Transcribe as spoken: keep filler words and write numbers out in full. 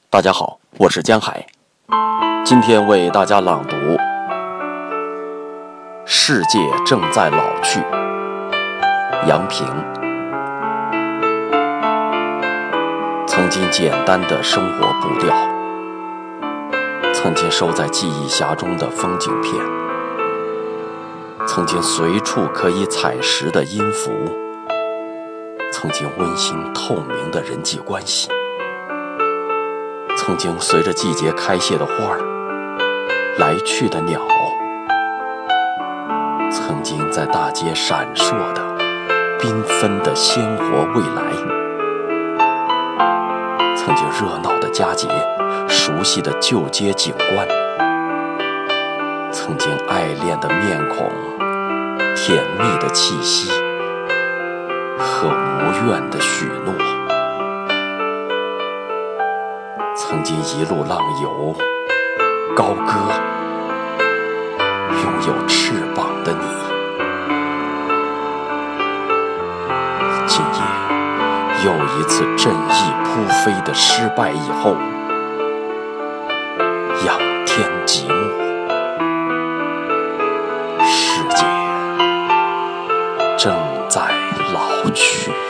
大家好，我是江海，今天为大家朗读《世界正在老去》，杨平。曾经简单的生活步调，曾经收在记忆匣中的风景片，曾经随处可以采拾的音符，曾经温馨透明的人际关系，曾经随着季节开谢的花儿，来去的鸟，曾经在大街闪烁的缤纷的鲜活未来，曾经热闹的佳节，熟悉的旧街景观，曾经爱恋的面孔，甜蜜的气息和无怨的许诺，曾经一路浪游高歌，拥有翅膀的你，今夜又一次振翼扑飞的失败以后，仰天寂寞，世界正在老去。